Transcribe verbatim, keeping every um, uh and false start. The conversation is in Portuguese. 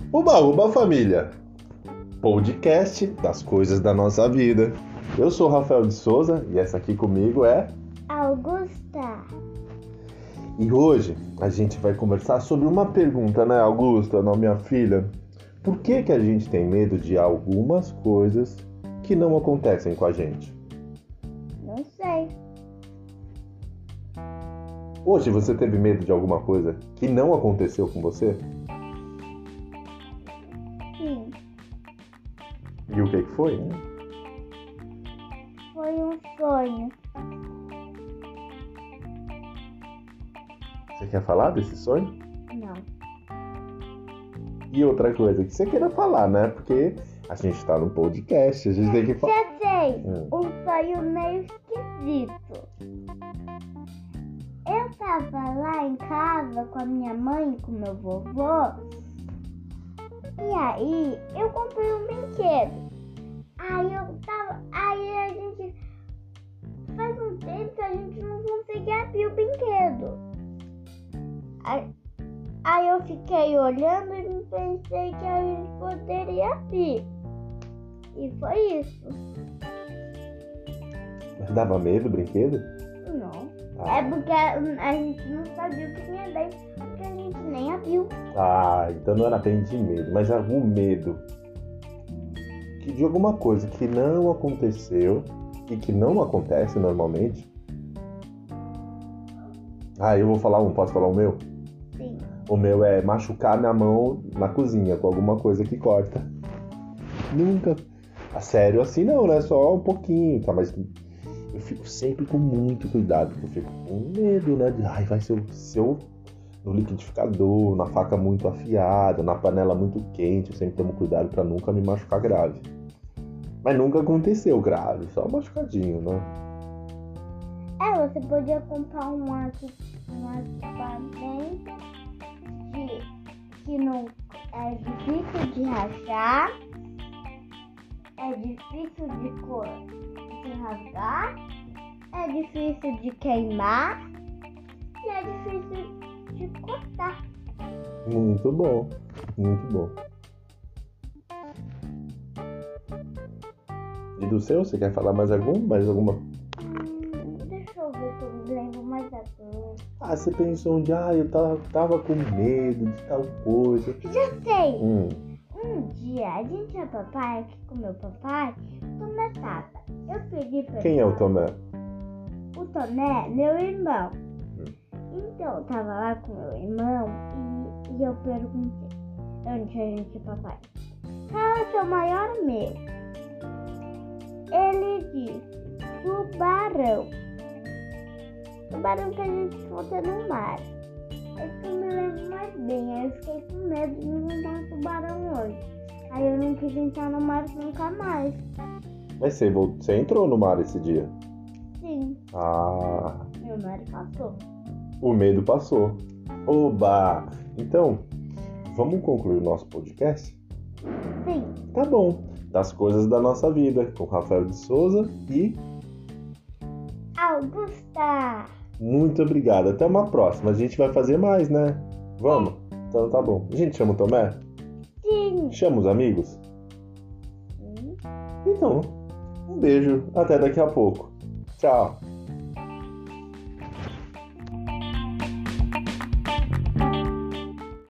Uba, uba família, podcast das coisas da nossa vida. Eu sou o Rafael de Souza e essa aqui comigo é Augusta. E hoje a gente vai conversar sobre uma pergunta, né, Augusta, não, minha filha? Por que que a gente tem medo de algumas coisas que não acontecem com a gente? Não sei. Hoje você teve medo de alguma coisa que não aconteceu com você? Sim, E o que que foi? foi um sonho. Você quer falar desse sonho? Não. E outra coisa que você queira falar, né? Porque a gente tá no podcast, a gente tem que falar. Já sei. Hum. Um sonho meio esquisito. Eu tava lá em casa com a minha mãe e com meu vovô. E aí eu comprei um brinquedo. Aí eu tava. Aí a gente. Faz um tempo que a gente não conseguia abrir o brinquedo. Aí, aí eu fiquei olhando e pensei que a gente poderia abrir. E foi isso. Mas dava medo o brinquedo? Não. Ah. É porque a, a gente não sabia o que tinha dentro, porque a gente nem abriu. Ah, então não era bem de medo, mas algum medo que de alguma coisa que não aconteceu e que não acontece normalmente. Ah, eu vou falar um, posso falar o meu? Sim. O meu é machucar minha mão na cozinha com alguma coisa que corta. Nunca. A sério assim não, né? Só um pouquinho, tá? Mas eu fico sempre com muito cuidado, porque eu fico com medo, né? De, ai, vai ser se eu no liquidificador, na faca muito afiada, na panela muito quente, eu sempre tomo cuidado pra nunca me machucar grave. Mas nunca aconteceu grave, só machucadinho, né? É, você podia comprar um equi- um equipamento de, que não é difícil de rachar, é difícil de, cor, de rasgar, é difícil de queimar e é difícil de cortar. Muito bom, muito bom. E do seu, você quer falar mais algum? Mais alguma? Hum, deixa eu ver se eu me lembro mais algum. Ah, você pensou um dia, ah, eu tava, tava com medo de tal coisa. Já sei! Hum, Um dia a gente ia papai aqui com meu papai, Tomé tava. Eu pedi pra quem é o Tomé? O Tomé, meu irmão. Hum. Então eu tava lá com meu irmão e, e eu perguntei onde a gente ia papai. Qual é o seu maior medo? Ele disse tubarão. Tubarão que a gente encontra no mar. É que eu me lembro mais bem. Aí eu fiquei com medo de encontrar um tubarão hoje. Aí eu não quis entrar no mar nunca mais. Mas você, vol- você entrou no mar esse dia? Sim, Ah, meu mar passou. o medo passou. Oba! Então, vamos concluir o nosso podcast? Sim, Tá bom. Das coisas da nossa vida, com Rafael de Souza e Augusta! muito obrigado. Até uma próxima. A gente vai fazer mais, né? Vamos? Então tá bom. A gente chama o Tomé? Sim! Chama os amigos? Sim. Então, um beijo. Até daqui a pouco. Tchau.